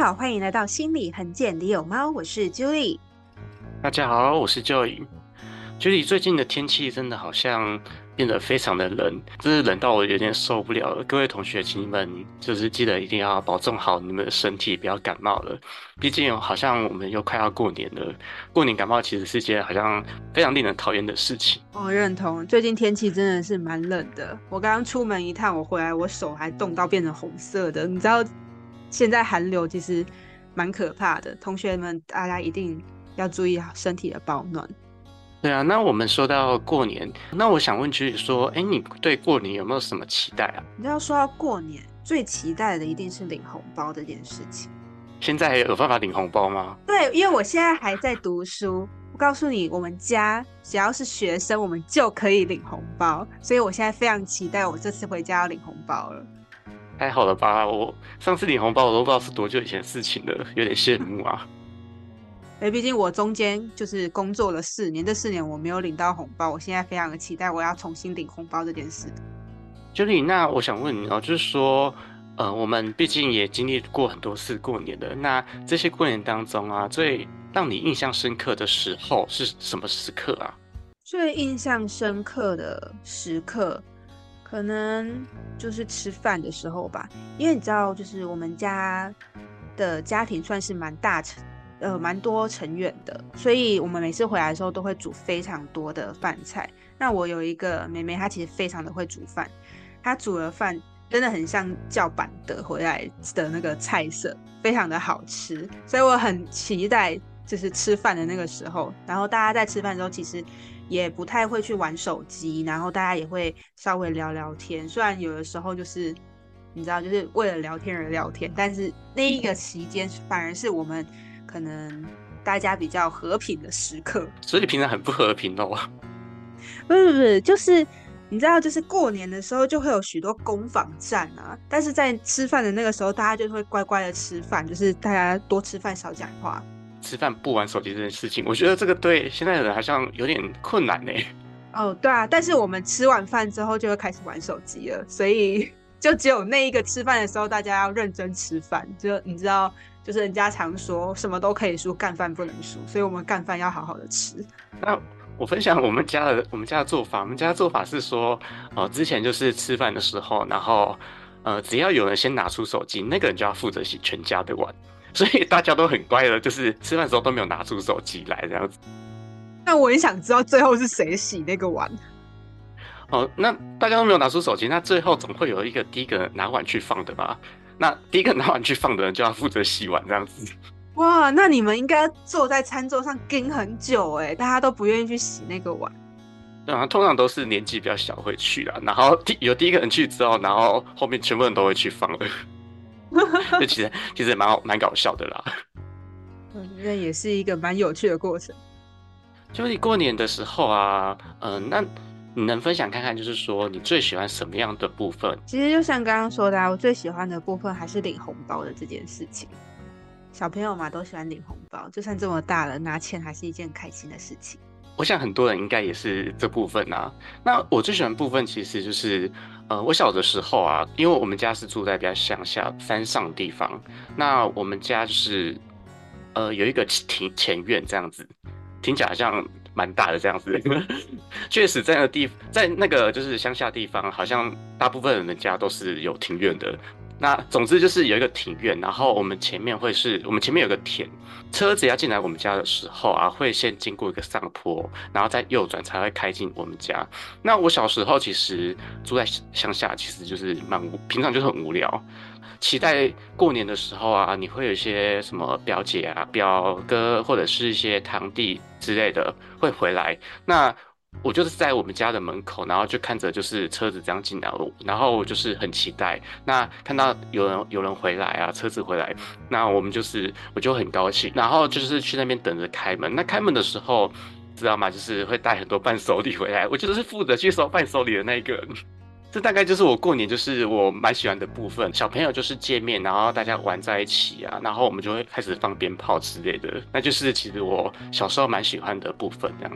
好，欢迎来到心里很贱里有猫，我是 Julie。 大家好，我是 Joy。Julie，最近的天气真的好像变得非常的冷，真是冷到我有点受不了了。各位同学，请你们就是记得一定要保重好你们的身体，不要感冒了。毕竟好像我们又快要过年了，过年感冒其实是件好像非常令人讨厌的事情。 我认同，最近天气真的是蛮冷的。我刚刚出门一趟，我回来我手还冻到变成红色的。你知道现在寒流其实蛮可怕的，同学们大家一定要注意好身体的保暖。 对啊，那我们说到过年，那我想问 Julie 说，哎，你对过年有没有什么期待啊？ 你知道说到过年，最期待的一定是领红包这件事情。 现在有办法领红包吗？ 对，因为我现在还在读书，我告诉你，我们家只要是学生，我们就可以领红包，所以我现在非常期待我这次回家要领红包了。 太好了吧！我上次领红包我都不知道是多久以前的事情了，有点羡慕啊。 毕竟我中间就是工作了4年，这4年我没有领到红包，我现在非常的期待我要重新领红包这件事。 就 u 那我想问你哦，就是说，我们毕竟也经历过很多次过年的，那这些过年当中啊，最让你印象深刻的时候是什么时刻啊？ 最印象深刻的时刻，可能就是吃饭的时候吧，因为你知道，就是我们家的家庭算是蛮多成员的，所以我们每次回来的时候都会煮非常多的饭菜。那我有一个妹妹，她其实非常的会煮饭，她煮的饭真的很像叫板的回来的那个菜色，非常的好吃，所以我很期待就是吃饭的那个时候。然后大家在吃饭的时候，其实也不太会去玩手机，然后大家也会稍微聊聊天。虽然有的时候就是你知道，就是为了聊天而聊天，但是那一个期间反而是我们可能大家比较和平的时刻。 所以平常很不和平哦。 不是，就是你知道，就是过年的时候就会有许多攻防战啊，但是在吃饭的那个时候，大家就会乖乖的吃饭，就是大家多吃饭少讲话。 吃饭不玩手机这件事情，我觉得这个对现在的人好像有点困难呢。 哦，对啊，但是我们吃完饭之后就会开始玩手机了，所以就只有那一个吃饭的时候，大家要认真吃饭。就你知道，就是人家常说什么都可以输，干饭不能输，所以我们干饭要好好的吃。 那我分享我们家的做法，我们家的做法是说，之前就是吃饭的时候，然后只要有人先拿出手机，那个人就要负责洗全家的碗，所以大家都很乖的，就是吃饭的时候都没有拿出手机来这样子。 那我很想知道最后是谁洗那个碗。 哦，那大家都没有拿出手机，那最后总会有一个第一个拿碗去放的吧？那第一个拿碗去放的人就要负责洗碗这样子。 哇，那你们应该坐在餐桌上盯很久哎，大家都不愿意去洗那个碗。 对啊，通常都是年纪比较小会去啊，然后有第一个人去之后，然后后面全部人都会去放了，就其实蛮搞笑的啦。 我觉得也是一个蛮有趣的过程。 就是你过年的时候啊，那你能分享看看，就是说你最喜欢什么样的部分？ 其实就像刚刚说的啊，我最喜欢的部分还是领红包的这件事情。小朋友嘛，都喜欢领红包，就算这么大了，拿钱还是一件开心的事情。 我想很多人应该也是这部分啊。那我最喜欢的部分其实就是，我小的时候啊，因为我们家是住在比较乡下山上的地方，那我们家就是，有一个前院这样子，听起来好像蛮大的这样子。确实，在那个就是乡下地方，好像大部分人的家都是有庭院的。那总之就是有一个庭院，然后我们前面有个田，车子要进来我们家的时候啊，会先经过一个上坡，然后再右转才会开进我们家。那我小时候其实住在乡下，其实就是平常就是很无聊。期待过年的时候啊，你会有一些什么表姐啊、表哥或者是一些堂弟之类的会回来。那我就是在我们家的门口，然后就看着就是车子这样进来，然后我就是很期待。那看到有人回来啊，车子回来，那我就很高兴，然后就是去那边等着开门。那开门的时候，知道吗？就是会带很多伴手礼回来，我就是负责去收伴手礼的那一个人。这大概就是我过年就是我蛮喜欢的部分。小朋友就是见面，然后大家玩在一起啊，然后我们就会开始放鞭炮之类的，那就是其实我小时候蛮喜欢的部分这样子。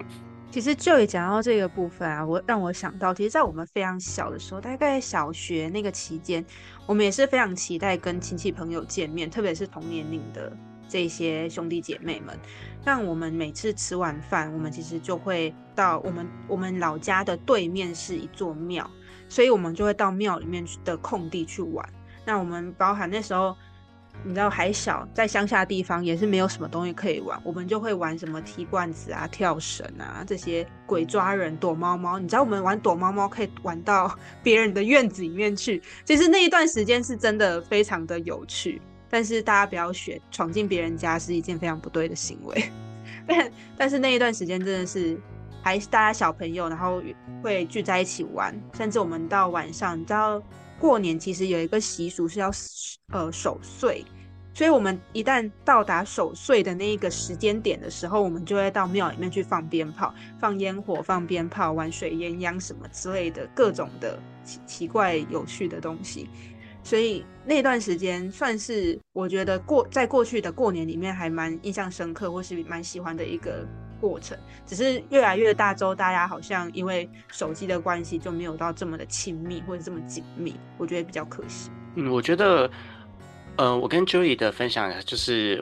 其实就也讲到这个部分啊，让我想到，其实，在我们非常小的时候，大概小学那个期间，我们也是非常期待跟亲戚朋友见面，特别是同年龄的这些兄弟姐妹们。让我们每次吃完饭，我们其实就会到我们老家的对面是一座庙，所以我们就会到庙里面的空地去玩。那我们包含那时候，你知道还小，在乡下地方也是没有什么东西可以玩，我们就会玩什么踢罐子啊、跳绳啊这些鬼抓人、躲猫猫。你知道我们玩躲猫猫可以玩到别人的院子里面去，其实那一段时间是真的非常的有趣。但是大家不要学，闯进别人家是一件非常不对的行为。但是那一段时间真的是还是大家小朋友，然后会聚在一起玩，甚至我们到晚上，你知道过年其实有一个习俗是要守岁，所以我们一旦到达守岁的那一个时间点的时候，我们就会到庙里面去放鞭炮、放烟火、放鞭炮、玩水鸳鸯什么之类的各种的奇怪有趣的东西。所以那段时间算是我觉得在过去的过年里面还蛮印象深刻，或是蛮喜欢的一个过程。只是越来越大之后，大家好像因为手机的关系就没有到这么的亲密或者这么紧密，我觉得比较可惜。 我觉得我跟 Julie 的分享就是，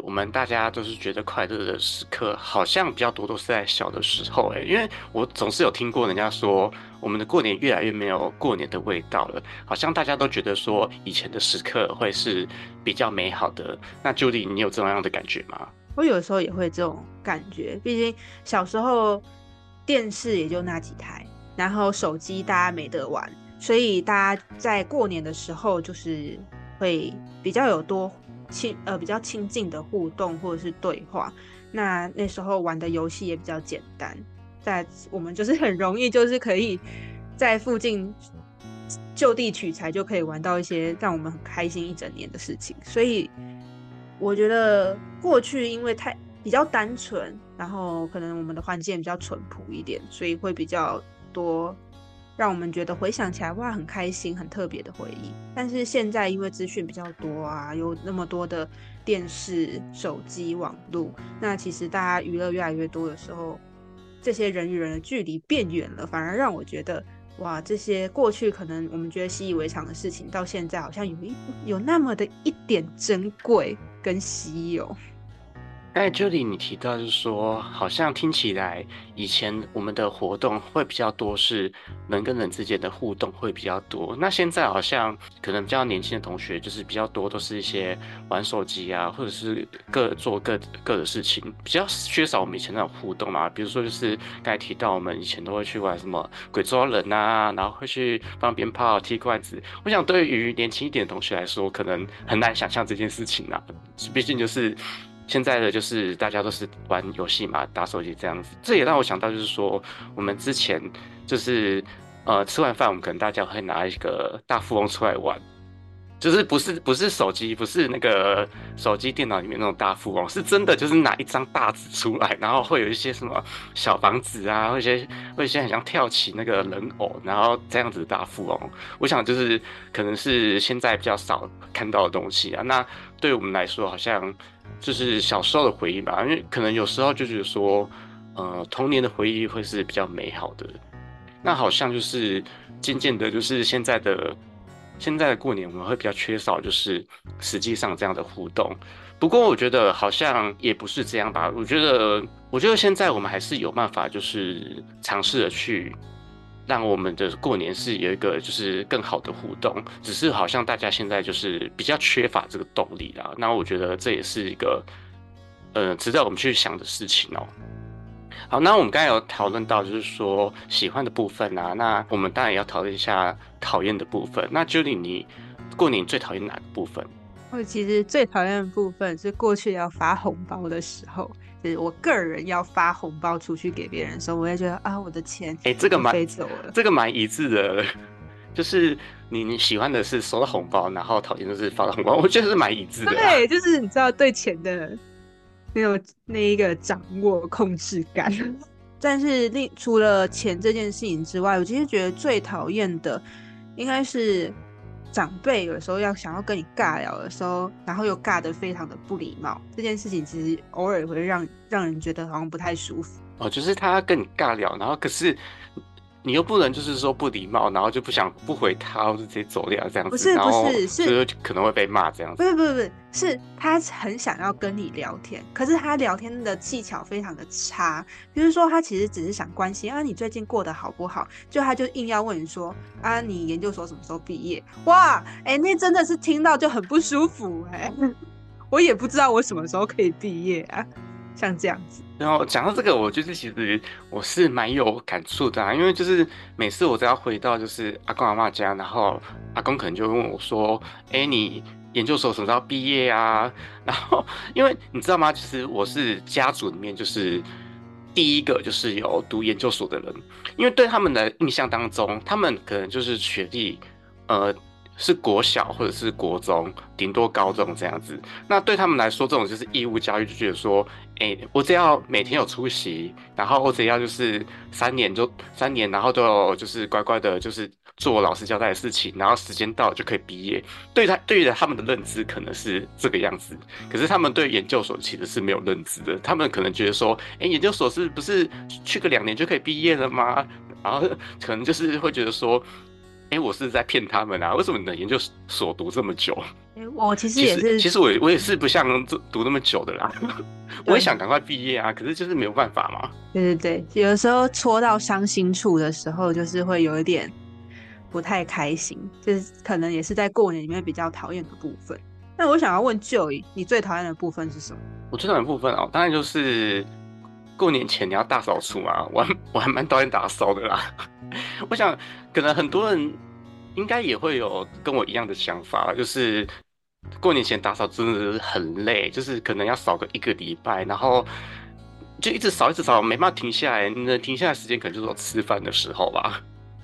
我们大家都是觉得快乐的时刻，好像比较多都是在小的时候，因为我总是有听过人家说，我们的过年越来越没有过年的味道了，好像大家都觉得说以前的时刻会是比较美好的。那 Julie，你有这样的感觉吗？ 我有时候也会这种感觉，毕竟小时候电视也就那几台，然后手机大家没得玩，所以大家在过年的时候就是会比较有比较亲近的互动或者是对话。那时候玩的游戏也比较简单，我们就是很容易就是可以在附近就地取材，就可以玩到一些让我们很开心一整年的事情。所以我觉得过去因为比较单纯，然后可能我们的环境比较淳朴一点，所以会比较多让我们觉得回想起来哇很开心、很特别的回忆。但是现在因为资讯比较多啊，有那么多的电视、手机、网络，那其实大家娱乐越来越多的时候，这些人与人的距离变远了，反而让我觉得哇，这些过去可能我们觉得习以为常的事情，到现在好像有那么的一点珍贵跟稀有。 刚才 Julie 你提到就是说，好像听起来以前我们的活动会比较多，是人跟人之间的互动会比较多。那现在好像可能比较年轻的同学，就是比较多都是一些玩手机啊，或者是做各的事情，比较缺少我们以前那种互动嘛。比如说就是刚才提到，我们以前都会去玩什么鬼抓人啊，然后会去放鞭炮、踢罐子。我想对于年轻一点的同学来说，可能很难想象这件事情啊，毕竟就是现在的就是大家都是玩游戏嘛，打手机这样子。这也让我想到，就是说我们之前就是吃完饭，我们可能大家会拿一个大富翁出来玩，就是不是手机，不是那个手机电脑里面那种大富翁，是真的就是拿一张大纸出来，然后会有一些什么小房子啊，会一些很像跳起那个人偶，然后这样子的大富翁。我想就是可能是现在比较少看到的东西啊。那对我们来说，好像就是小时候的回忆吧，因为可能有时候就觉得说，童年的回忆会是比较美好的。那好像就是渐渐的，就是现在的过年，我们会比较缺少就是实际上这样的互动。不过我觉得好像也不是这样吧。我觉得现在我们还是有办法，就是尝试的去让我们的过年是有一个就是更好的互动。只是好像大家现在就是比较缺乏这个动力啦。那我觉得这也是一个值得我们去想的事情哦。好，那我们刚才有讨论到，就是说喜欢的部分啊，那我们当然也要讨论一下讨厌的部分。那 Julie，你过年最讨厌哪个部分？ 我其实最讨厌的部分是过去要发红包的时候，就是我个人要发红包出去给别人的时候，我会觉得啊，我的钱哎，这个都蛮飞走了。 这个蛮一致的，就是你喜欢的是收到红包，然后讨厌的是发到红包，我觉得是蛮一致的啦。 对，就是你知道对钱的那一个掌握控制感。但是除了钱这件事情之外，我其实觉得最讨厌的应该是长辈有时候想要跟你尬聊的时候，然后又尬得非常的不礼貌。这件事情其实偶尔会让人觉得好像不太舒服。 哦，就是他跟你尬聊，然后可是你又不能就是说不礼貌，然后就不想不回他，或者直接走掉这样子， 不是然后不是，是就是可能会被骂这样子。 不是，是他很想要跟你聊天，可是他聊天的技巧非常的差。比如说，他其实只是想关心啊，你最近过得好不好？就他就硬要问你说啊，你研究所什么时候毕业？哇，哎、那真的是听到就很不舒服哎、我也不知道我什么时候可以毕业啊，像这样子。 然后讲到这个，我就是其实我是蛮有感触的啊，因为就是每次我只要回到就是阿公阿嬷家，然后阿公可能就会问我说：“哎，你研究所什么时候毕业啊？”然后因为你知道吗？其实我是家族里面就是第一个就是有读研究所的人，因为对他们的印象当中，他们可能就是学历呃是国小或者是国中，顶多高中这样子。那对他们来说，这种就是义务教育，就觉得说。哎，我只要每天有出席，然后我只要就是3年，然后都有就是乖乖的，就是做老师交代的事情，然后时间到了就可以毕业。对于他们的认知可能是这个样子，可是他们对研究所其实是没有认知的。他们可能觉得说，哎，研究所是不是去个2年就可以毕业了吗？然后可能就是会觉得说，哎，我是在骗他们啊？为什么你的研究所读这么久？ 哎、我其实其实， 也是， 其实我也是不像读那么久的啦，我也对想赶快毕业啊，可是就是没有办法嘛。 对，有的时候戳到伤心处的时候，就是会有一点不太开心，就是可能也是在过年里面比较讨厌的部分。那我想要问 Joy，你最讨厌的部分是什么？ 我最讨厌的部分哦，当然就是过年前你要大扫除嘛，我还蛮讨厌打扫的啦。我想可能很多人应该也会有跟我一样的想法，就是过年前打扫真的是很累，就是可能要扫个1个礼拜，然后就一直扫，没办法停下来。你能停下来的时间可能就是我吃饭的时候吧。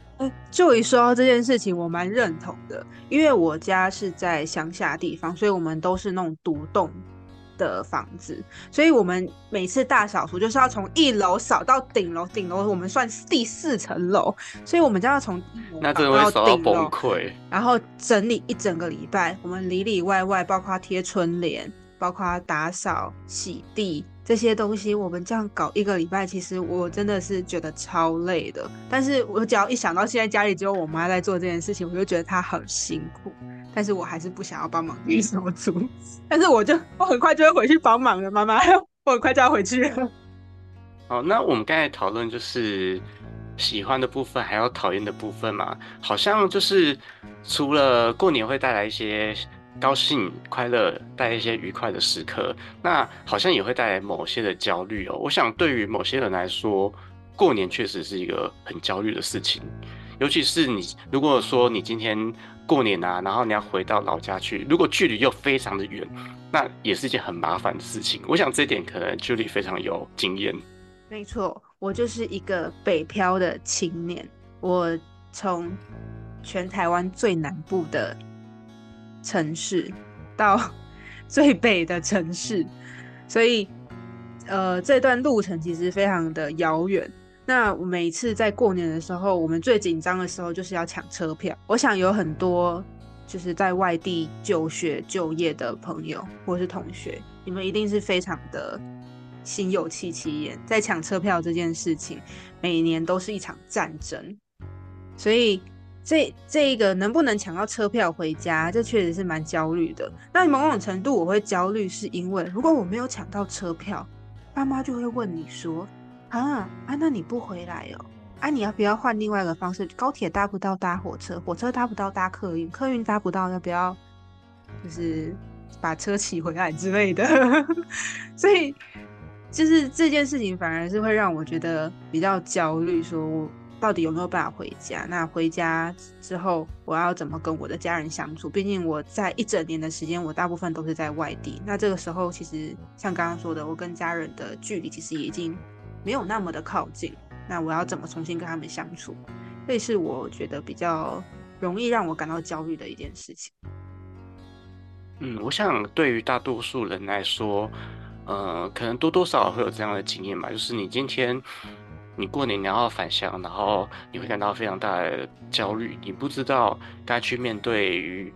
Joy 说到这件事情，我蛮认同的，因为我家是在乡下地方，所以我们都是那种独栋的房子，所以我们每次大扫除就是要从1楼扫到顶楼，顶楼我们算第4层楼，所以我们就要从1楼那真的会扫到扫到崩顶楼， 溃。 然后整理一整个礼拜，我们里里外外，包括贴春联，包括打扫、洗地这些东西，我们这样搞1个礼拜，其实我真的是觉得超累的。但是我只要一想到现在家里只有我妈在做这件事情，我就觉得她很辛苦。但是我还是不想要帮忙地扫除，但是我很快就会回去帮忙了，妈妈，我很快就要回去了。 好，那我们刚才讨论就是喜欢的部分，还有讨厌的部分嘛，好像就是除了过年会带来一些高兴、快乐，带来一些愉快的时刻，那好像也会带来某些的焦虑哦。我想对于某些人来说，过年确实是一个很焦虑的事情，尤其是你如果说你今天过年啊，然后你要回到老家去，如果距离又非常的远，那也是一件很麻烦的事情。我想这一点可能 Julie 非常有经验。 没错，我就是一个北漂的青年，我从全台湾最南部的城市到最北的城市，所以这段路程其实非常的遥远。那我每一次在过年的时候，我们最紧张的时候就是要抢车票。我想有很多就是在外地就学就业的朋友或是同学，你们一定是非常的心有戚戚焉，在抢车票这件事情，每年都是一场战争。所以这一个能不能抢到车票回家，这确实是蛮焦虑的。那某种程度我会焦虑，是因为如果我没有抢到车票，爸妈就会问你说：那你不回来哦？你要不要换另外一个方式？高铁搭不到搭火车，火车搭不到搭客运，客运搭不到要不要就是把车骑回来之类的？所以就是这件事情反而是会让我觉得比较焦虑，说我到底有没有办法回家？那回家之后我要怎么跟我的家人相处？毕竟我在一整年的时间，我大部分都是在外地。那这个时候其实像刚刚说的，我跟家人的距离其实已经没有那么的靠近。那我要怎么重新跟他们相处？这是我觉得比较容易让我感到焦虑的一件事情。 我想对于大多数人来说，可能多多少少会有这样的经验吧，就是你今天你过年你要返乡，然后你会感到非常大的焦虑，你不知道该去面对于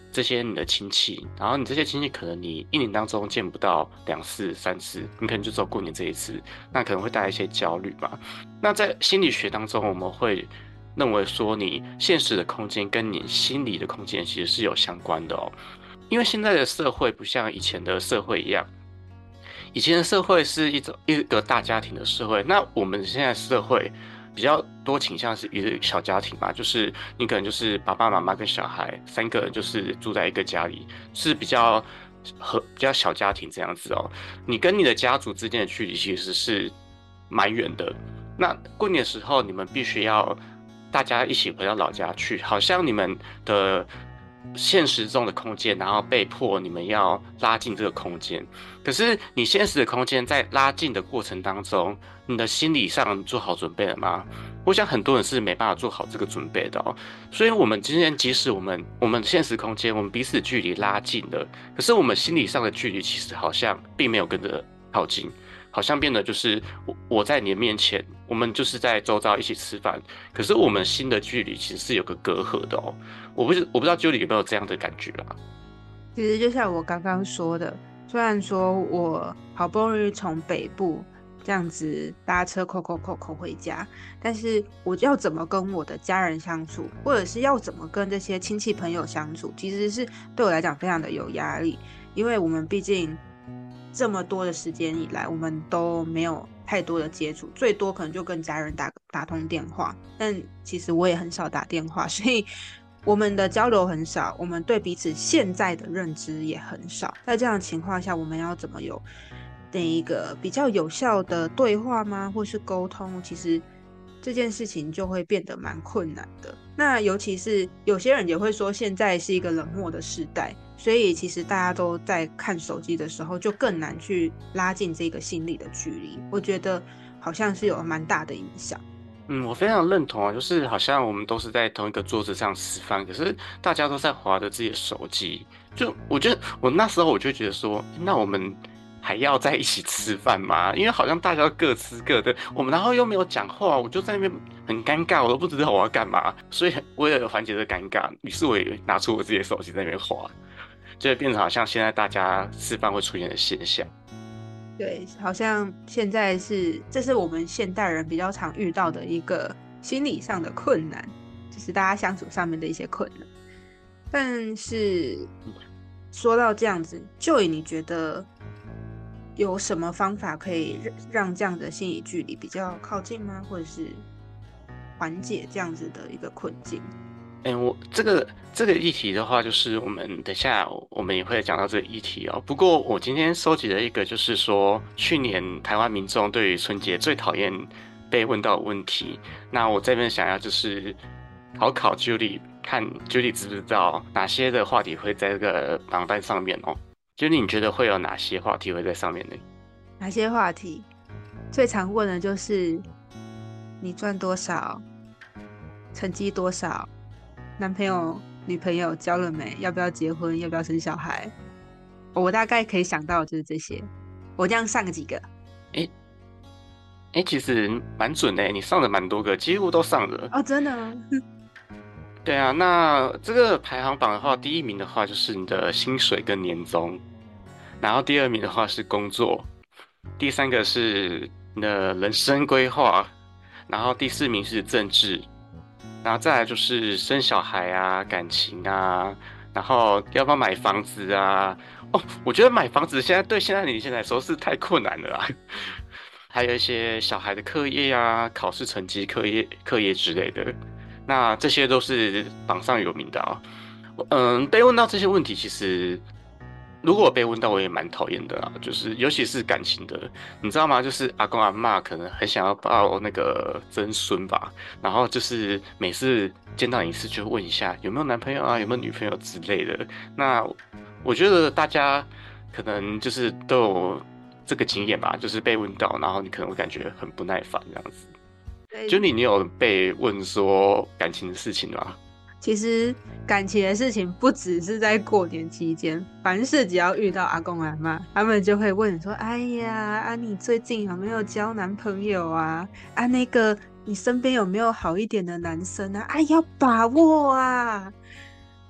这些你的亲戚，然后你这些亲戚可能你一年当中见不到2次、3次，你可能就只有过年这一次，那可能会带来一些焦虑嘛。那在心理学当中，我们会认为说，你现实的空间跟你心理的空间其实是有相关的哦。因为现在的社会不像以前的社会一样，以前的社会是一个大家庭的社会，那我们现在社会比较多倾向是一个小家庭嘛，就是你可能就是爸爸妈妈跟小孩3个人就是住在一个家里，是比较小家庭这样子哦。你跟你的家族之间的距离其实是蛮远的。那过年的时候，你们必须要大家一起回到老家去，好像你们的现实中的空间，然后被迫你们要拉近这个空间。可是你现实的空间在拉近的过程当中，你的心理上做好准备了吗？我想很多人是没办法做好这个准备的哦。所以，我们今天即使我们现实空间我们彼此距离拉近了，可是我们心理上的距离其实好像并没有跟着靠近。好像变得就是我在你的面前，我们就是在周遭一起吃饭，可是我们心的距离其实是有个隔阂的哦。我不知道 Julie 有没有这样的感觉啦？ 其实就像我刚刚说的，虽然说我好不容易从北部这样子搭车扣回家，但是我要怎么跟我的家人相处，或者是要怎么跟这些亲戚朋友相处，其实是对我来讲非常的有压力，因为我们毕竟这么多的时间以来，我们都没有太多的接触，最多可能就跟家人打通电话，但其实我也很少打电话，所以我们的交流很少，我们对彼此现在的认知也很少。在这样的情况下，我们要怎么有那一个比较有效的对话吗？或是沟通？其实这件事情就会变得蛮困难的。那尤其是有些人也会说，现在是一个冷漠的时代，所以其实大家都在看手机的时候，就更难去拉近这个心理的距离。我觉得好像是有蛮大的影响。 我非常认同啊，就是好像我们都是在同一个桌子上吃饭，可是大家都在划着自己的手机。就我觉得我那时候我就觉得说，那我们还要在一起吃饭吗？因为好像大家都各吃各的，我们然后又没有讲话，我就在那边很尴尬，我都不知道我要干嘛。所以为了缓解这尴尬，于是我也拿出我自己的手机在那边划，就会变成好像现在大家吃饭会出现的现象。 对，好像现在这是我们现代人比较常遇到的一个心理上的困难，就是大家相处上面的一些困难。但是说到这样子，Joy，你觉得有什么方法可以让这样的心理距离比较靠近吗？或者是缓解这样子的一个困境？ 我这个议题的话，就是我们等下我们也会讲到这个议题哦。不过我今天收集了一个，就是说去年台湾民众对于春节最讨厌被问到的问题。那我这边想要就是考 Julie，看 Julie 知不知道哪些的话题会在这个榜单上面哦？Julie，你觉得会有哪些话题会在上面呢？ 哪些话题最常问的就是你赚多少，成绩多少，男朋友、女朋友交了没，要不要结婚，要不要生小孩？我大概可以想到的就是这些。我这样上几个。 诶其实蛮准的诶，你上了蛮多个，几乎都上了。 哦，真的吗？ 对啊，那这个排行榜的话，第一名的话就是你的薪水跟年终，然后第二名的话是工作，第三个是你的人生规划，然后第四名是政治，然后再来就是生小孩啊、感情啊，然后要不要买房子啊？哦，我觉得买房子现在对现在年轻人来说是太困难了啦。还有一些小孩的课业啊、考试成绩、课业之类的，那这些都是榜上有名的啊。被问到这些问题，其实如果我被问到，我也蛮讨厌的啊，就是尤其是感情的，你知道吗？就是阿公阿嬷可能很想要抱那个曾孙吧，然后就是每次见到你一次就问一下有没有男朋友啊，有没有女朋友之类的。那我觉得大家可能就是都有这个经验吧，就是被问到，然后你可能会感觉很不耐烦这样子。就对， 你有被问说感情的事情吗？ 其实感情的事情不只是在过年期间，凡事只要遇到阿公阿嬷，他们就会问说：“哎呀，啊你最近有没有交男朋友啊？啊那个你身边有没有好一点的男生啊？哎要把握啊！”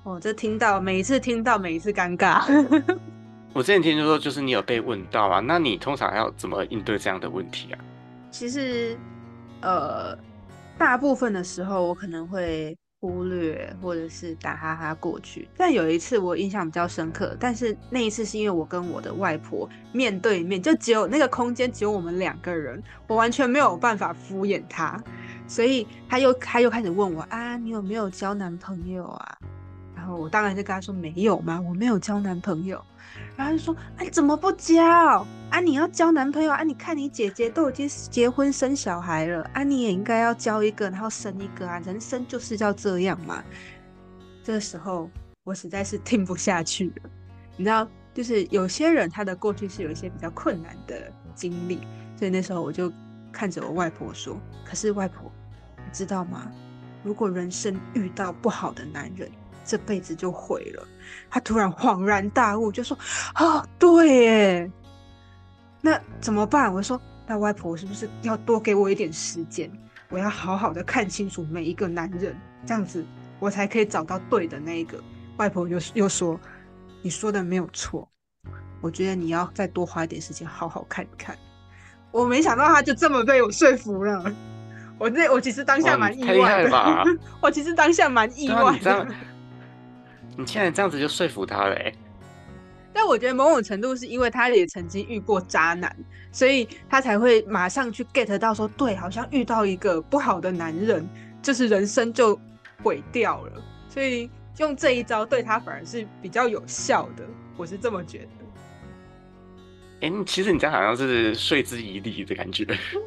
哦，这听到每一次听到每一次尴尬。 我之前听说，就是你有被问到啊，那你通常要怎么应对这样的问题啊？ 其实，呃，大部分的时候我可能会忽略或者是打哈哈过去。但有一次我印象比较深刻，但是那一次是因为我跟我的外婆面对面，就只有那个空间只有我们2个人，我完全没有办法敷衍她，所以她又开始问我啊，你有没有交男朋友啊？然后我当然就跟她说没有嘛，我没有交男朋友。然后他就说：“哎，怎么不交啊？你要交男朋友啊？你看你姐姐都已经结婚生小孩了啊，你也应该要交一个，然后生一个啊！人生就是要这样嘛。”这个时候我实在是听不下去了。你知道，就是有些人他的过去是有一些比较困难的经历，所以那时候我就看着我外婆说：“可是外婆，你知道吗？如果人生遇到不好的男人，这辈子就毁了。”他突然恍然大悟，就说：“哦，对耶，那怎么办？”我说：“那外婆是不是要多给我一点时间？我要好好的看清楚每一个男人，这样子我才可以找到对的那一个。”外婆又说：“你说的没有错，我觉得你要再多花一点时间好好看一看。”我没想到他就这么被我说服了。我其实当下哇，你蛮意太厉害了外的。 吧？ 我其实当下蛮意对啊， 外的。 你现在这样子就说服他了欸。 但我觉得某种程度是因为他也曾经遇过渣男，所以他才会马上去 get 到说，对，好像遇到一个不好的男人，就是人生就毁掉了。所以用这一招对他反而是比较有效的，我是这么觉得。 哎，其实你这样好像是说之以理的感觉。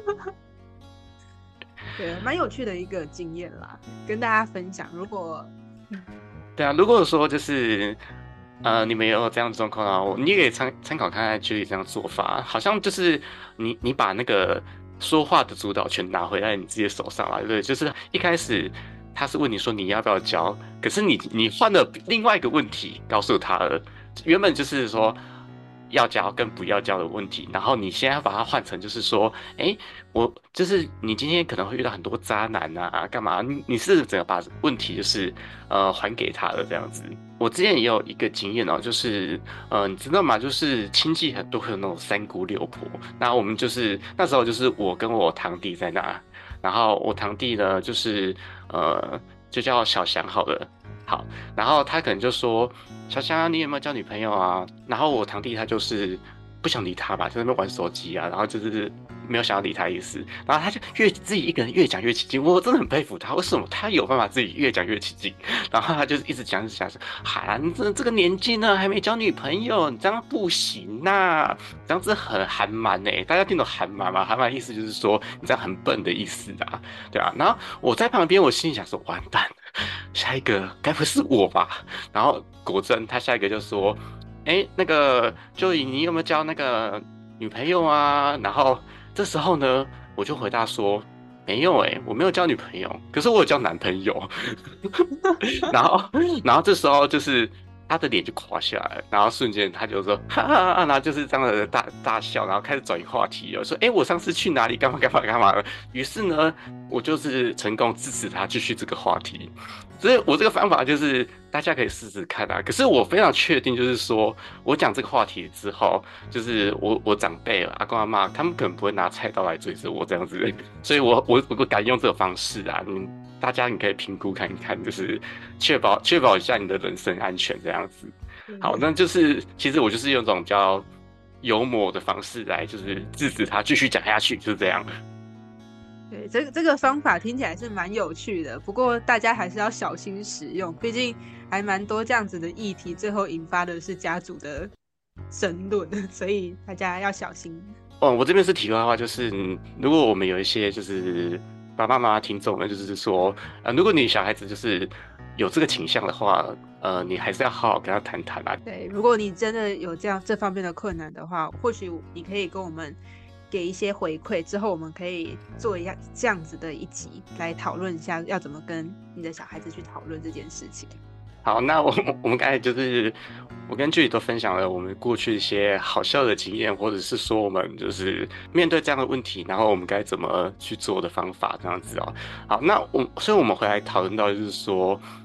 对，蛮有趣的一个经验啦，跟大家分享。如果对啊，如果说就是你们也有这样的状况啊，你也可以参考看看 Julie 这样做法，好像就是你把那个说话的主导权拿回来你自己的手上了，对不对？就是一开始他是问你说你要不要交，可是你换了另外一个问题告诉他了，原本就是说要交跟不要交的问题，然后你现在把它换成就是说，哎，我就是你今天可能会遇到很多渣男啊，干嘛？你是整个把问题就是还给他了这样子。我之前也有一个经验哦，就是你知道吗？就是亲戚很多会有那种三姑六婆，那我们就是那时候就是我跟我堂弟在那，然后我堂弟呢就是就叫小翔好了。好，然后他可能就说：“小翔啊，你有没有交女朋友啊？”然后我堂弟他就是不想理他吧，就在那边玩手机啊，然后就是没有想要理他的意思。然后他就自己一个人越讲越起劲，我真的很佩服他，为什么他有办法自己越讲越起劲？然后他就是一直讲说：“好啦，你这个年纪呢，还没交女朋友，你这样不行呐、这样子很韩蛮呢。大家听懂韩蛮吗？韩蛮意思就是说你这样很笨的意思啊，对啊。然后我在旁边，我心里想说：完蛋。”下一个该不是我吧？然后果真，他下一个就说：“哎，那个就你有没有交那个女朋友啊？”然后这时候呢，我就回答说：“没有哎，我没有交女朋友，可是我有交男朋友。”然后，然后这时候就是他的脸就垮下来，然后瞬间他就说：“哈哈哈哈！”然后就是这样的大笑，然后开始转移话题了，说：“哎，我上次去哪里？干嘛干嘛干嘛了？”于是呢，我就是成功支持他继续这个话题。所以我这个方法就是大家可以试试看啊。可是我非常确定，就是说我讲这个话题之后，就是我长辈阿公阿妈他们可能不会拿菜刀来追着我这样子，所以我敢用这个方式啊。大家你可以评估看一看，就是确保一下你的人身安全这样子。好，那就是其实我就是用这种比较幽默的方式来，就是制止他继续讲下去，就是这样。 对，这个方法听起来是蛮有趣的，不过大家还是要小心使用，毕竟还蛮多这样子的议题，最后引发的是家族的争论，所以大家要小心。 哦，我这边是题外话，就是如果我们有一些就是爸爸妈妈听众呢，就是说，如果你小孩子就是有这个倾向的话，你还是要好好跟他谈谈啊。 对，如果你真的有这方面的困难的话，或许你可以跟我们给一些回馈，之后我们可以做一下这样子的一集来讨论一下，要怎么跟你的小孩子去讨论这件事情。 好，那我们刚才就是我跟 Judy 都分享了我们过去一些好笑的经验，或者是说我们就是面对这样的问题，然后我们该怎么去做的方法这样子哦。好，所以我们回来讨论到就是说，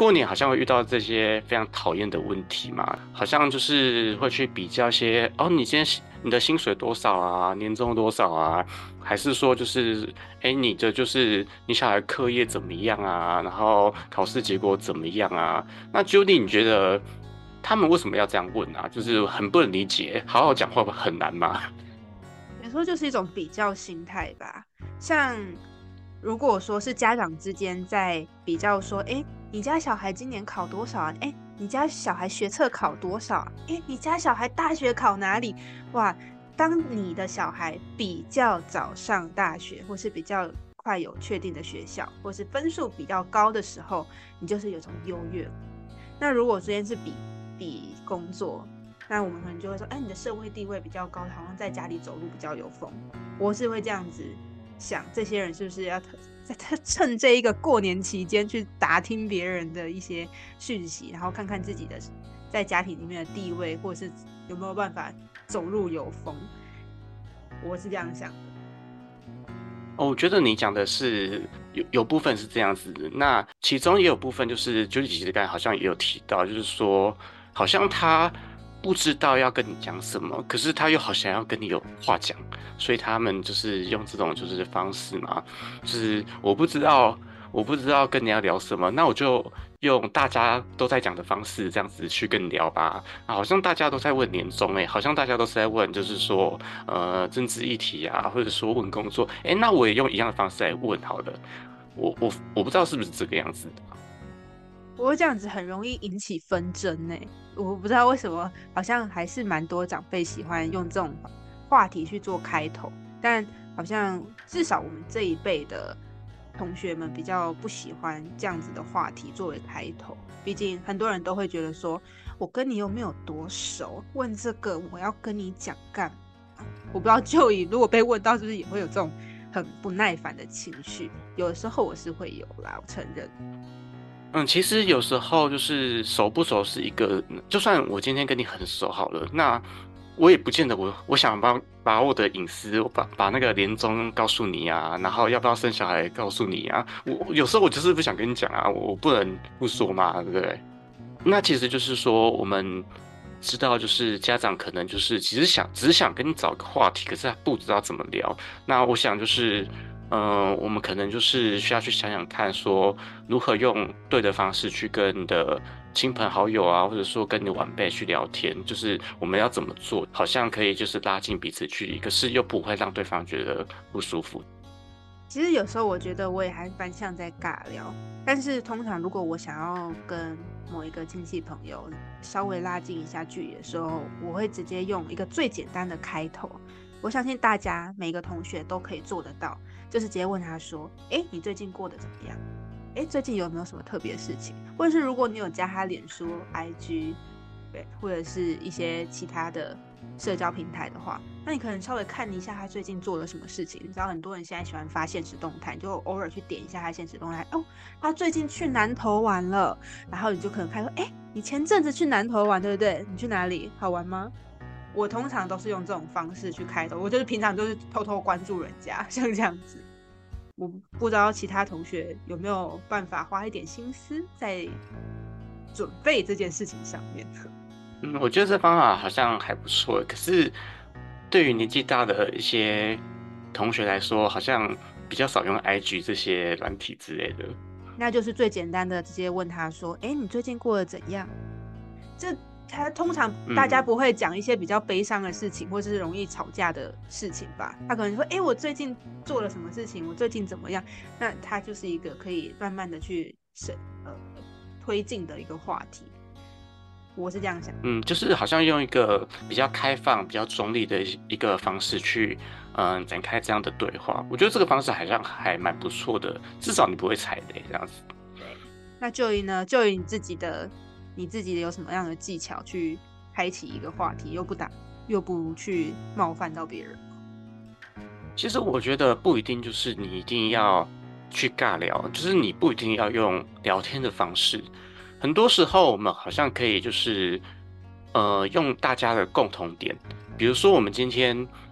过年好像会遇到这些非常讨厌的问题嘛，好像就是会去比较一些哦，你今天你的薪水多少啊，年终多少啊，还是说就是哎，你的就是你小孩课业怎么样啊，然后考试结果怎么样啊？那 Judy，你觉得他们为什么要这样问啊？就是很不能理解，好好讲话很难吗？ 有时候就是一种比较心态吧。像如果说是家长之间在比较说，哎，你家小孩今年考多少啊？哎，你家小孩学测考多少啊？哎，你家小孩大学考哪里？哇，当你的小孩比较早上大学，或是比较快有确定的学校，或是分数比较高的时候，你就是有种优越感。那如果之间是比工作，那我们可能就会说，哎，你的社会地位比较高，好像在家里走路比较有风。我是会这样子想，这些人是不是要在趁这一个过年期间去打听别人的一些讯息，然后看看自己的在家庭里面的地位，或者是有没有办法走路有风。我是这样想的。 哦，我觉得你讲的是有部分是这样子的，那其中也有部分就是其实刚才好像也有提到，就是说好像他不知道要跟你讲什么，可是他又好想要跟你有话讲，所以他们就是用这种就是方式嘛，就是我不知道跟你要聊什么，那我就用大家都在讲的方式这样子去跟你聊吧。好像大家都在问年终好像大家都是在问就是说政治议题啊，或者说问工作，那我也用一样的方式来问好了。我不知道是不是这个样子的。 不过这样子很容易引起纷争呢。我不知道为什么，好像还是蛮多长辈喜欢用这种话题去做开头，但好像至少我们这一辈的同学们比较不喜欢这样子的话题作为开头。毕竟很多人都会觉得说，我跟你又没有多熟，问这个我要跟你讲干嘛？我不知道就以如果被问到，是不是也会有这种很不耐烦的情绪？有的时候我是会有啦，我承认。 其实有时候就是熟不熟是一个，就算我今天跟你很熟好了，那我也不见得我想把我的隐私，我把那个年终告诉你啊，然后要不要生小孩告诉你啊，我有时候我就是不想跟你讲啊，我不能不说嘛，对不对？那其实就是说，我们知道，就是家长可能就是其实只是想跟你找个话题，可是他不知道怎么聊。那我想就是，我们可能就是需要去想想看，说如何用对的方式去跟你的亲朋好友啊，或者说跟你的晚辈去聊天，就是我们要怎么做，好像可以就是拉近彼此距离，可是又不会让对方觉得不舒服。 其实有时候我觉得我也还蛮像在尬聊，但是通常如果我想要跟某一个亲戚朋友稍微拉近一下距离的时候，我会直接用一个最简单的开头。我相信大家每个同学都可以做得到，就是直接问他说：“哎，你最近过得怎么样？哎，最近有没有什么特别的事情？或者是如果你有加他脸书、IG，对，或者是一些其他的社交平台的话，那你可能稍微看一下他最近做了什么事情。你知道很多人现在喜欢发现实动态，你就偶尔去点一下他现实动态。哦，他最近去南投玩了，然后你就可能看说，哎，你前阵子去南投玩，对不对？你去哪里？好玩吗？我通常都是用这种方式去开头，我就是平常就是偷偷关注人家，像这样子。我不知道其他同学有没有办法花一点心思在准备这件事情上面。 我觉得这方法好像还不错，可是对于年纪大的一些同学来说，好像比较少用 IG 这些软体之类的。 那就是最简单的，直接问他说：“哎，你最近过得怎样？”这他通常大家嗯不会讲一些比较悲伤的事情，或是容易吵架的事情吧？他可能说：“哎，我最近做了什么事情？我最近怎么样？”那他就是一个可以慢慢的去推进的一个话题。我是这样想。 就是好像用一个比较开放、比较中立的一个方式去展开这样的对话。我觉得这个方式好像还蛮不错的，至少你不会踩雷这样子。 对，那就以呢？就以你自己的有什么样的技巧去开启一个话题，又不去冒犯到别人？ 其实我觉得不一定就是你一定要去尬聊，就是你不一定要用聊天的方式。很多时候我们好像可以就是用大家的共同点，比如说我们今天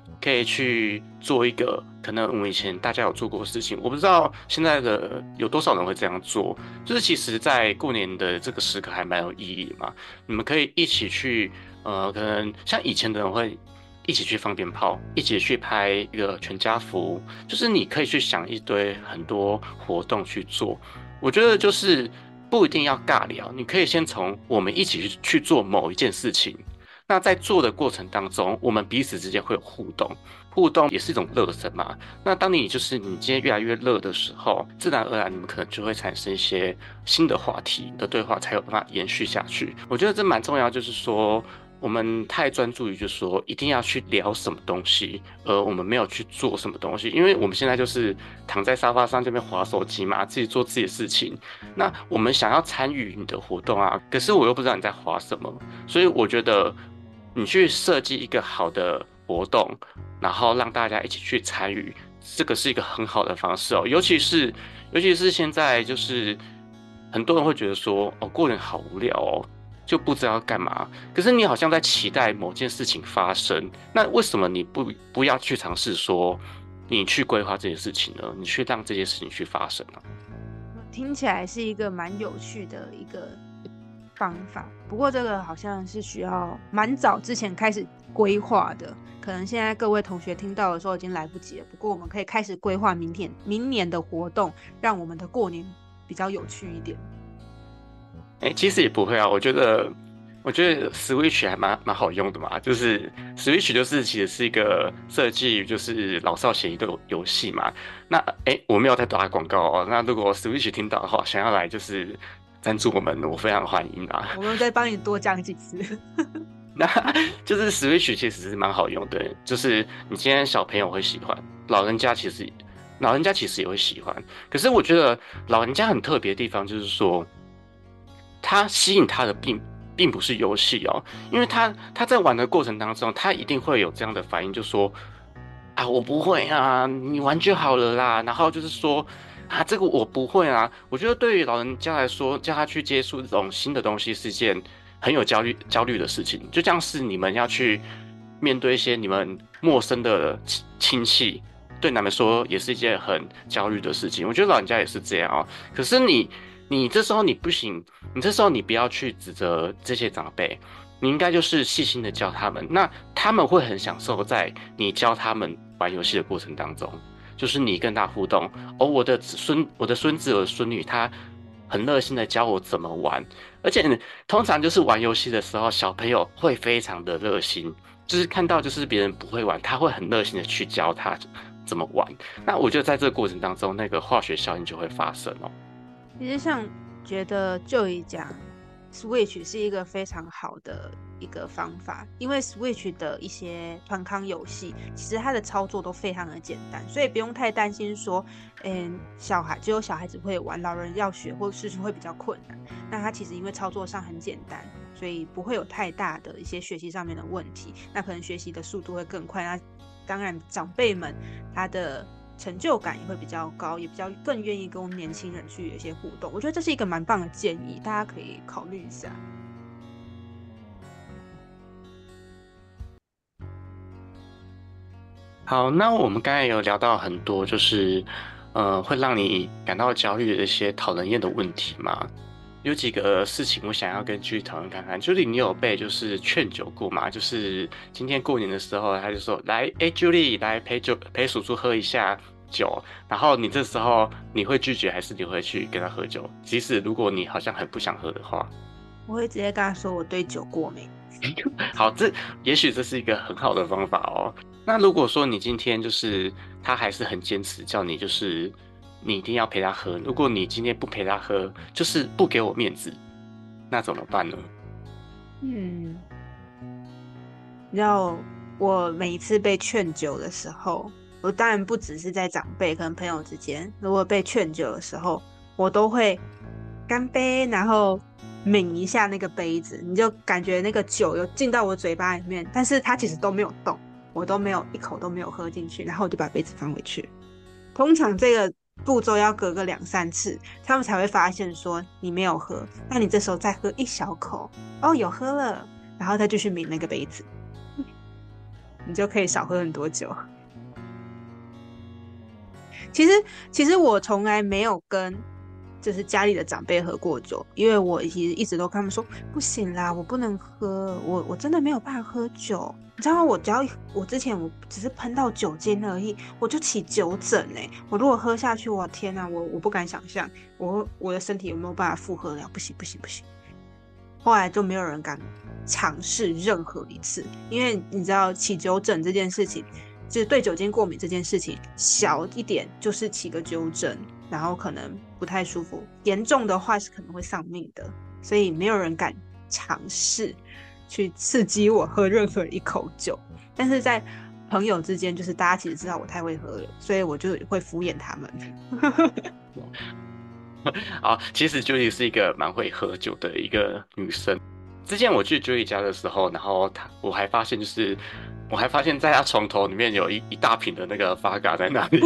可以去做一个可能我们以前大家有做过的事情。我不知道现在的有多少人会这样做，就是其实在过年的这个时刻还蛮有意义的嘛。你们可以一起去，可能像以前的人会一起去放鞭炮，一起去拍一个全家福，就是你可以去想一堆很多活动去做。我觉得就是不一定要尬聊，你可以先从我们一起去做某一件事情。那在做的过程当中，我们彼此之间会有互动，互动也是一种热身嘛。那当你你今天越来越热的时候，自然而然你们可能就会产生一些新的话题，你的对话才有办法延续下去。我觉得这蛮重要，就是说我们太专注于就是说一定要去聊什么东西，而我们没有去做什么东西，因为我们现在就是躺在沙发上这边滑手机嘛，自己做自己的事情。那我们想要参与你的活动啊，可是我又不知道你在滑什么，所以我觉得你去设计一个好的活动，然后让大家一起去参与，这个是一个很好的方式哦。尤其是现在就是很多人会觉得说，哦，过年好无聊哦，就不知道要干嘛。可是你好像在期待某件事情发生，那为什么你不要去尝试说，你去规划这件事情呢？你去让这件事情去发生呢？ 听起来是一个蛮有趣的一个方法，不过这个好像是需要蛮早之前开始规划的，可能现在各位同学听到的时候已经来不及了。不过我们可以开始规划明年的活动，让我们的过年比较有趣一点。 其实也不会啊，我觉得 Switch 还蛮好用的嘛，就是 Switch 就是其实是一个设计就是老少咸宜的游戏嘛。那我没有在打广告哦，那如果 Switch 听到的话，想要来就是赞助我们，我非常欢迎啊。 我们再帮你多讲几次。 那就是 Switch 其实是蛮好用的，就是你今天小朋友会喜欢，老人家其实也会喜欢。可是我觉得老人家很特别的地方就是说，他吸引他的并不是游戏哦，因为他在玩的过程当中，他一定会有这样的反应，就说啊我不会啊，你玩就好了啦。然后就是说啊这个我不会啊。我觉得对于老人家来说，叫他去接触这种新的东西是件很有焦虑的事情，就像是你们要去面对一些你们陌生的亲戚。对你们说也是一件很焦虑的事情，我觉得老人家也是这样哦。可是你这时候你不行，你这时候你不要去指责这些长辈，你应该就是细心的教他们，那他们会很享受在你教他们玩游戏的过程当中，就是你跟他互动，而我的孙子、我的孙女，他很热心的教我怎么玩，而且通常就是玩游戏的时候，小朋友会非常的热心，就是看到就是别人不会玩，他会很热心的去教他怎么玩。那我觉得在这个过程当中，那个化学效应就会发生哦。 其实像觉得就以讲 Switch 是一个非常好的一个方法，因为 Switch 的一些团康游戏，其实它的操作都非常的简单，所以不用太担心说，只有小孩子会玩，老人要学或是会比较困难。那它其实因为操作上很简单，所以不会有太大的一些学习上面的问题。那可能学习的速度会更快。那当然长辈们他的成就感也会比较高，也更愿意跟我们年轻人去有一些互动。我觉得这是一个蛮棒的建议，大家可以考虑一下。 好，那我们刚才有聊到很多，就是会让你感到焦虑的一些讨人厌的问题嘛。有几个事情我想要跟剧讨论看看。Julie，你有被就是劝酒过吗？就是今天过年的时候，他就说来，Julie 来陪叔叔喝一下酒，然后你这时候你会拒绝还是你会去跟他喝酒？即使如果你好像很不想喝的话。 我会直接跟他说我对酒过敏。 好，也许这是一个很好的方法哦。那如果说你今天就是他还是很坚持叫你就是你一定要陪他喝，如果你今天不陪他喝，就是不给我面子，那怎么办呢？ 嗯，你知道我每一次被劝酒的时候，我当然不只是在长辈，可能朋友之间，如果被劝酒的时候，我都会干杯，然后抿一下那个杯子，你就感觉那个酒有进到我嘴巴里面，但是它其实都没有动，我都没有一口都没有喝进去，然后我就把杯子放回去。通常这个步骤要隔个2、3次，他们才会发现说你没有喝，那你这时候再喝一小口，哦，有喝了，然后再继续抿那个杯子。 你就可以少喝很多酒。其实我从来没有跟就是家里的长辈喝过酒，因为我其实一直都跟他们说不行啦，我不能喝，我真的没有办法喝酒。你知道吗？我之前我只是喷到酒精而已，我就起酒疹哎、我如果喝下去，我天哪，我不敢想象我的身体有没有办法负荷了，不行不行不行。后来就没有人敢尝试任何一次，因为你知道起酒疹这件事情，就是对酒精过敏这件事情，小一点就是起个酒疹，然后可能不太舒服，严重的话是可能会丧命的，所以没有人敢尝试去刺激我喝任何一口酒。但是在朋友之间，就是大家其实知道我太会喝了，所以我就会敷衍他们。 啊，其实 Julie 是一个蛮会喝酒的一个女生。之前我去 Julie 家的时候，然后我还发现在她床头里面有一大瓶的那个发嘎在那里。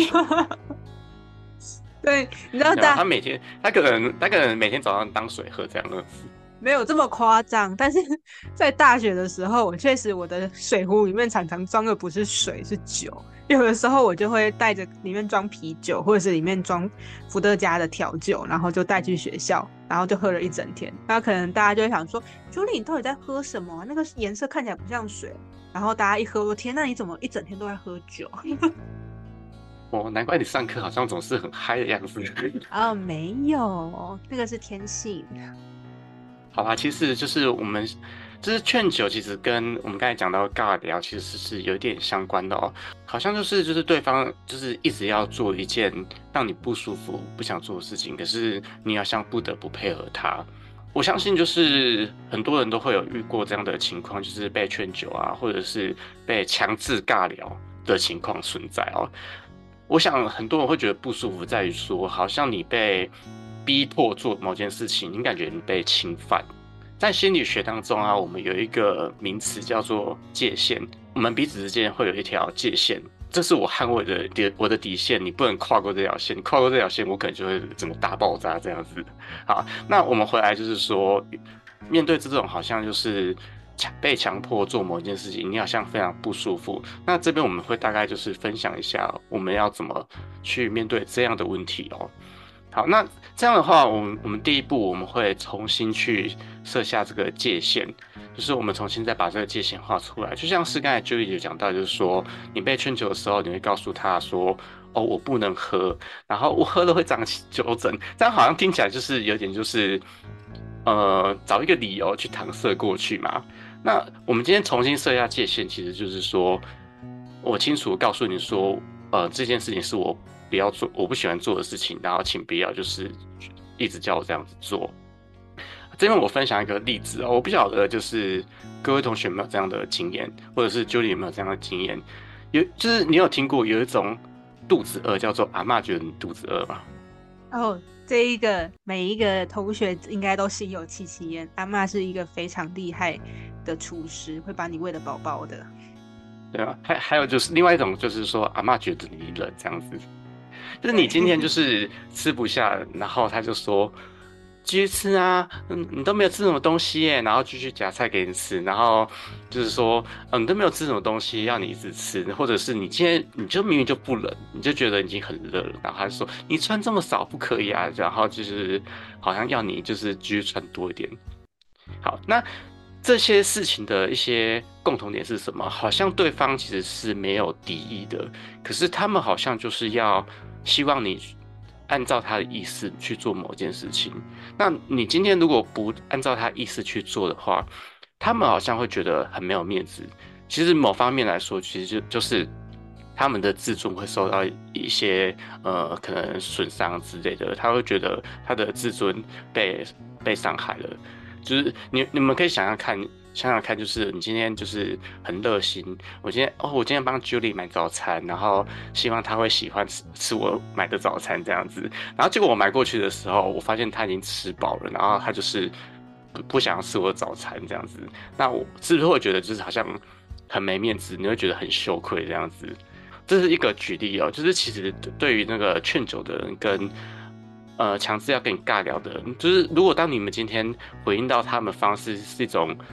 对，你知道对啊，她可能每天早上当水喝这样子。 没有这么夸张，但是在大学的时候，我的水壶里面常常装的不是水，是酒。有的时候我就会带着里面装啤酒，或者是里面装伏特加的调酒，然后就带去学校，然后就喝了一整天。那可能大家就会想说，Julie 你到底在喝什么啊？那个颜色看起来不像水。然后大家一喝，我天，那你怎么一整天都在喝酒？ 哦，难怪你上课好像总是很嗨的样子。 啊、没有，那个是天性。 好啦，其实就是就是劝酒，其实跟我们刚才讲到尬聊其实是有点相关的哦。好像就是对方就是一直要做一件让你不舒服、不想做的事情，可是你好像不得不配合他。我相信就是很多人都会有遇过这样的情况，就是被劝酒啊，或者是被强制尬聊的情况存在哦。我想很多人会觉得不舒服，在于说，好像你被逼迫做某件事情，你感觉你被侵犯。在心理学当中啊，我们有一个名词叫做界限，我们彼此之间会有一条界限，这是我捍卫我的底线，你不能跨过这条线，你跨过这条线，我可能就会整个大爆炸这样子。好，那我们回来就是说，面对这种好像就是被强迫做某一件事情，你好像非常不舒服。那这边我们会大概就是分享一下，我们要怎么去面对这样的问题哦。好，那这样的话，我们第一步我们会重新去设下这个界限，就是我们重新再把这个界限画出来。就像是刚才 Julie 有讲到，就是说你被劝酒的时候，你会告诉他说：“哦，我不能喝，然后我喝了会长起酒疹。”这样好像听起来就是有点就是找一个理由去搪塞过去嘛。那我们今天重新设下界限，其实就是说我清楚地告诉你说，这件事情是我不要做，我不喜欢做的事情，然后请不要就是一直叫我这样子做。这边我分享一个例子哦，我不晓得就是各位同学有没有这样的经验，或者是 Julie 有没有这样的经验？就是你有听过有一种肚子饿叫做阿嬷觉得你肚子饿吗？ 哦，这一个每一个同学应该都心有戚戚焉。阿嬷是一个非常厉害的厨师，会把你喂得饱饱的。 对吧？还有就是另外一种，就是说阿嬷觉得你冷这样子，就是你今天就对， 是吃不下，然后他就说继续吃啊，你都没有吃什么东西耶，然后继续夹菜给你吃，然后就是说，你都没有吃什么东西，要你一直吃，或者是你今天你就明明就不冷，你就觉得已经很热了，然后他就说你穿这么少不可以啊，然后就是好像要你就是继续穿多一点。好，那这些事情的一些共同点是什么？好像对方其实是没有敌意的，可是他们好像就是要希望你按照他的意思去做某件事情。那你今天如果不按照他意思去做的话，他们好像会觉得很没有面子。其实某方面来说，其实就是他们的自尊会受到一些可能损伤之类的，他会觉得他的自尊被伤害了。就是你们可以想想看，就是你今天就是很热心，我今天帮 Julie 买早餐，然后希望她会喜欢吃我买的早餐这样子，然后结果我买过去的时候，我发现她已经吃饱了，然后她就是不想要吃我的早餐这样子，那我是不是会觉得就是好像很没面子，你会觉得很羞愧这样子？这是一个举例哦，就是其实对于那个劝酒的人跟强制要跟你尬聊的人，就是如果当你们今天回应到他们方式是一种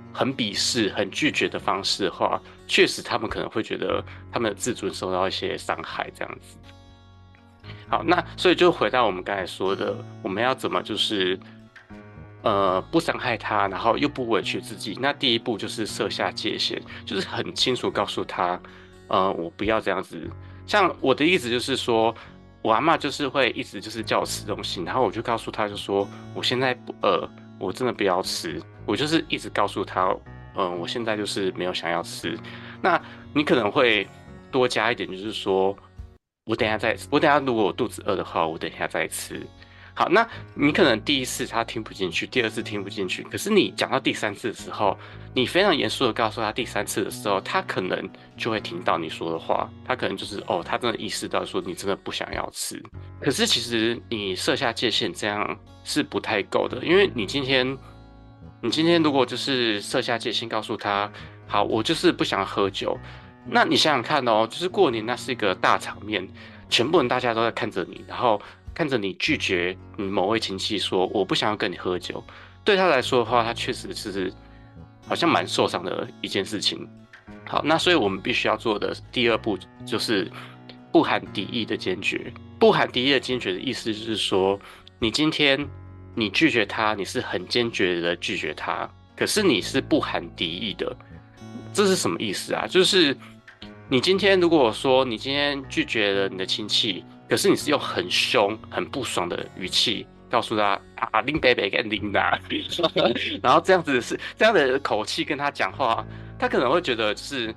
很鄙视、很拒绝的方式的话，确实他们可能会觉得他们的自尊受到一些伤害，这样子。好，那所以就回到我们刚才说的，我们要怎么就是不伤害他，然后又不委屈自己。那第一步就是设下界限，就是很清楚告诉他，我不要这样子。像我的意思就是说，我阿嬷就是会一直就是叫我吃东西，然后我就告诉他就说，我现在不饿，我真的不要吃。我就是一直告诉他，我现在就是没有想要吃。那你可能会多加一点，就是说我等一下如果我肚子饿的话，我等一下再吃。好，那你可能第一次他听不进去，第二次听不进去，可是你讲到第三次的时候，你非常严肃的告诉他第三次的时候，他可能就会听到你说的话，他可能就是哦，他真的意识到说你真的不想要吃。可是其实你设下界限这样是不太够的，因为你今天如果就是设下界限，告诉他，好，我就是不想喝酒，那你想想看哦，就是过年那是一个大场面，全部人大家都在看着你，然后看着你拒绝你某位亲戚说我不想要跟你喝酒，对他来说的话，他确实是好像蛮受伤的一件事情。好，那所以我们必须要做的第二步就是不含敌意的坚决。不含敌意的坚决的意思就是说，你今天你拒绝他，你是很坚决的拒绝他，可是你是不含敌意的。这是什么意思啊？就是你今天如果说你今天拒绝了你的亲戚，可是你是用很凶、很不爽的语气告诉他啊，林北北跟林达，然后这样子是这样的口气跟他讲话，他可能会觉得就是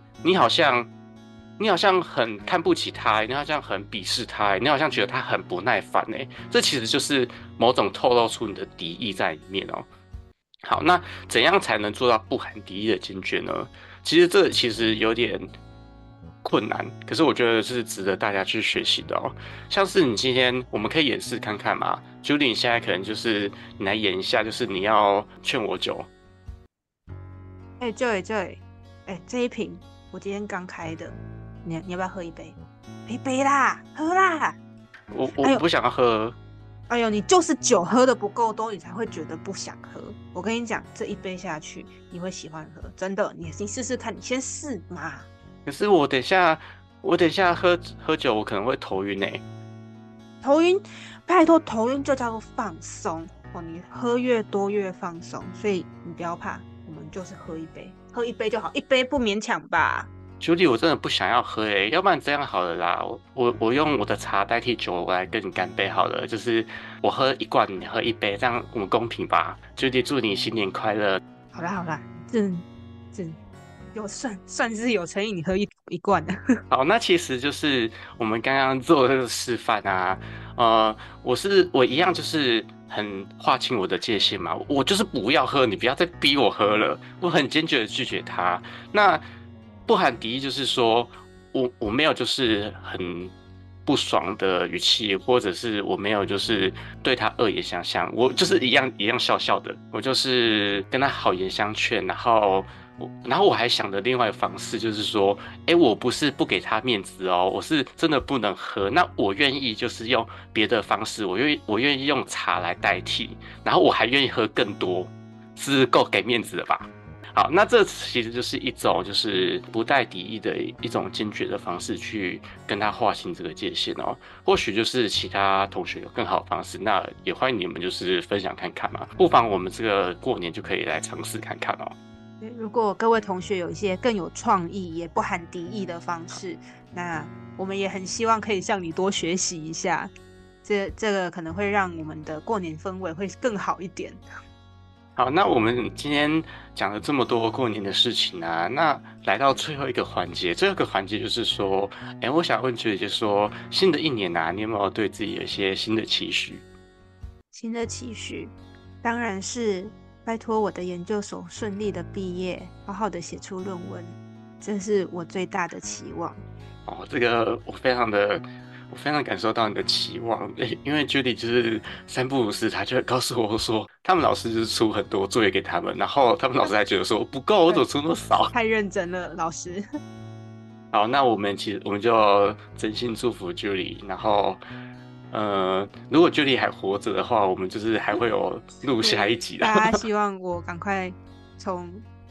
你好像很看不起他，你好像很鄙视他，你好像觉得他很不耐烦哎，这其实就是某种透露出你的敌意在里面哦。好，那怎样才能做到不含敌意的坚决呢？其实这其实有点困难，可是我觉得是值得大家去学习的哦。像是你今天我们可以演示看看嘛，Judy，你现在可能就是你来演一下，就是你要劝我酒。 哎、这里，哎、这一瓶我今天刚开的，你要不要喝一杯？一杯啦，喝啦！哎呦我不想要喝。 哎呦，你就是酒喝的不够多，你才会觉得不想喝。我跟你讲，这一杯下去，你会喜欢喝，真的。你试试看，你先试嘛。 可是我等一下喝酒，我可能会头晕呢。 头晕，拜托，头晕就叫做放松哦。你喝越多越放松，所以你不要怕，我们就是喝一杯，喝一杯就好，一杯不勉强吧。 Judy，我真的不想要喝诶，要不然这样好了啦，我用我的茶代替酒，我来跟你干杯好了，就是我喝一罐，你喝一杯，这样我们公平吧？Judy，祝你新年快乐。 好啦好啦，这有算是有诚意，你喝一罐的。 好，那其实就是我们刚刚做的这个示范啊，我一样就是很划清我的界限嘛，我就是不要喝，你不要再逼我喝了，我很坚决的拒绝他。那不含敌意就是说我没有就是很不爽的语气，或者是我没有就是对他恶言相向，我就是一样笑笑的，我就是跟他好言相劝，然后我还想的另外一个方式就是说，哎，我不是不给他面子哦，我是真的不能喝，那我愿意就是用别的方式，我愿意用茶来代替，然后我还愿意喝更多，是够给面子的吧？好，那这其实就是一种就是不带敌意的一种坚决的方式去跟他划清这个界限哦。或许就是其他同学有更好的方式，那也欢迎你们就是分享看看嘛。不妨我们这个过年就可以来尝试看看哦。 如果各位同学有一些更有创意、也不含敌意的方式，那我们也很希望可以向你多学习一下。这个可能会让我们的过年氛围会更好一点。 好，那我们今天讲了这么多过年的事情啊，那来到最后一个环节，最后一个环节就是说，哎，我想问姐姐说，新的一年啊，你有没有对自己有一些新的期许？ 新的期许，当然是拜托我的研究所顺利的毕业，好好的写出论文，这是我最大的期望。 哦，这个我非常感受到你的期望，因为 Judy 就是三不五时，他就会告诉我说，他们老师就是出很多作业给他们，然后他们老师还觉得说不够，我怎么出那么少？ 太认真了，老师。 好，那我们就真心祝福 Judy，然后如果 Judy 还活着的话，我们就是还会有录下一集的。 大家希望我赶快从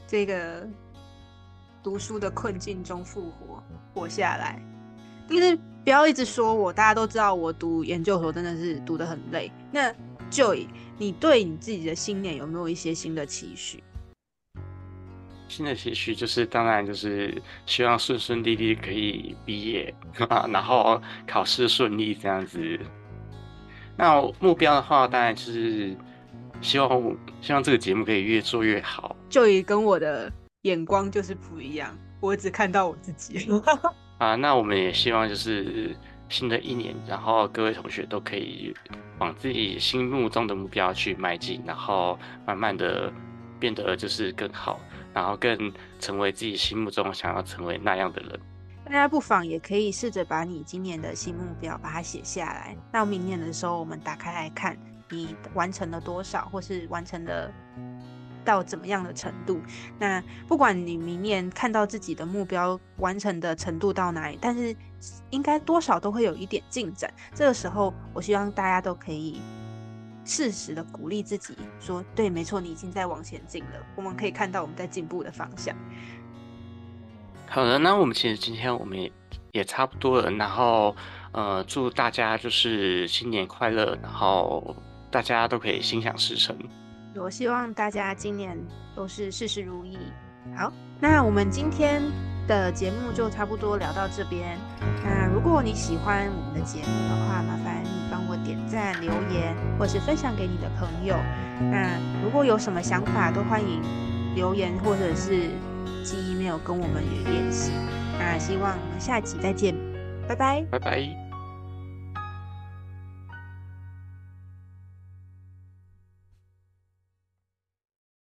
这个读书的困境中活下来。但是不要一直说我，大家都知道我读研究所真的是读得很累。那 Joy， 你对你自己的新年有没有一些新的期许？ 新的期许就是，当然就是希望顺顺利利可以毕业，然后考试顺利这样子。那目标的话，当然就是希望这个节目可以越做越好。 Joy 跟我的眼光就是不一样，我只看到我自己。 那我们也希望就是新的一年，然后各位同学都可以往自己心目中的目标去迈进，然后慢慢的变得就是更好，然后更成为自己心目中想要成为那样的人。 大家不妨也可以试着把你今年的新目标把它写下来，到明年的时候我们打开来看你完成了多少，或是完成了到怎么样的程度。那不管你明年看到自己的目标完成的程度到哪里，但是应该多少都会有一点进展。这个时候我希望大家都可以适时的鼓励自己，说对，没错，你已经在往前进了，我们可以看到我们在进步的方向。 好的，那我们其实今天我们也差不多了，然后祝大家就是新年快乐，然后大家都可以心想事成。 我希望大家今年都是事事如意。好，那我们今天的节目就差不多聊到这边。那如果你喜欢我们的节目的话，麻烦你帮我点赞、留言，或是分享给你的朋友。那如果有什么想法，都欢迎留言或者是寄 email 跟我们联系。那希望我们下集再见，拜拜。 拜拜。